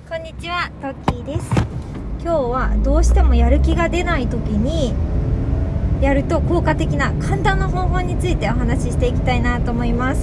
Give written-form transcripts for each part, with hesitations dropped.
こんにちは、トッキーです。今日はどうしてもやる気が出ない時にやると効果的な簡単な方法についてお話ししていきたいなと思います。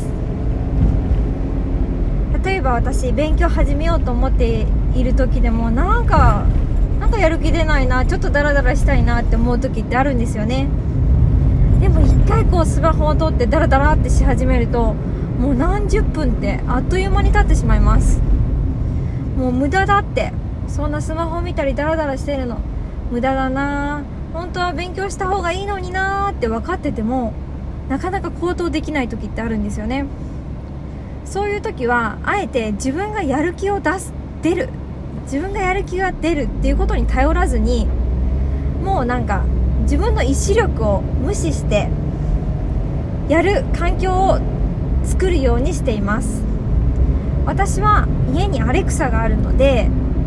例えば私勉強始めようと思っている時でもなんかやる気出ないな、ちょっとダラダラしたいなって思う時ってあるんですよね。でも一回スマホを取ってダラダラってし始めるともう何十分ってあっという間に経ってしまいます。もう無駄だって、そんなスマホ見たりダラダラしてるの無駄だな、本当は勉強した方がいいのになって分かっててもなかなか行動できない時ってあるんですよね。そういう時はあえて自分がやる気が出るっていうことに頼らずに、もう自分の意志力を無視してやる環境を作るようにしています。私は家にアレクサがあるので、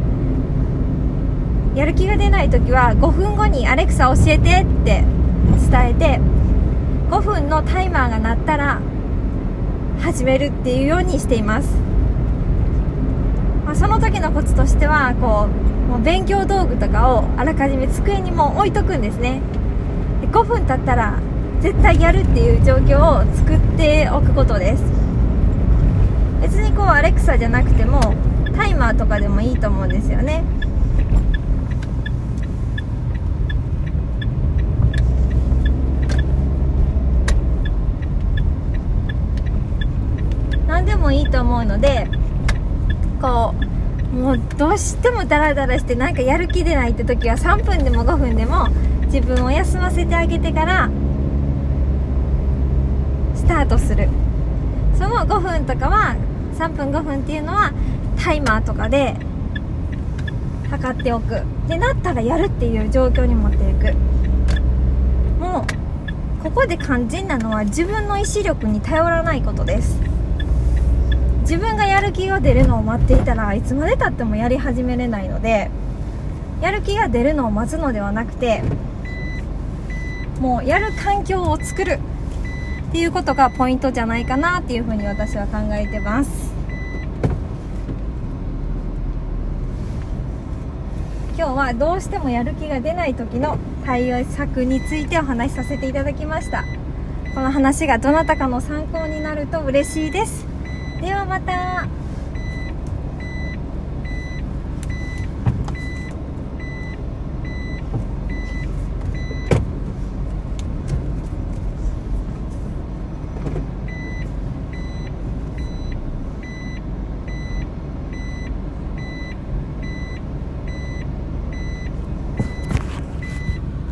やる気が出ない時は5分後にアレクサ教えてって伝えて、5分のタイマーが鳴ったら始めるっていうようにしています。その時のコツとしてはもう勉強道具とかをあらかじめ机にも置いとくんですね。5分経ったら絶対やるっていう状況を作っておくことです。別にアレクサじゃなくてもタイマーとかでもいいと思うんですよね。何でもいいと思うので、もうどうしてもダラダラしてやる気出ないって時は3分でも5分でも自分を休ませてあげてからスタートする。その5分とかは3分5分っていうのはタイマーとかで測っておく。でなったらやるっていう状況に持っていく。もうここで肝心なのは自分の意志力に頼らないことです。自分がやる気が出るのを待っていたらいつまで経ってもやり始めれないので、やる気が出るのを待つのではなくて、もうやる環境を作るっていうことがポイントじゃないかなっていうふうに私は考えてます。今日はどうしてもやる気が出ない時の対応策についてお話しさせていただきました。この話がどなたかの参考になると嬉しいです。ではまた。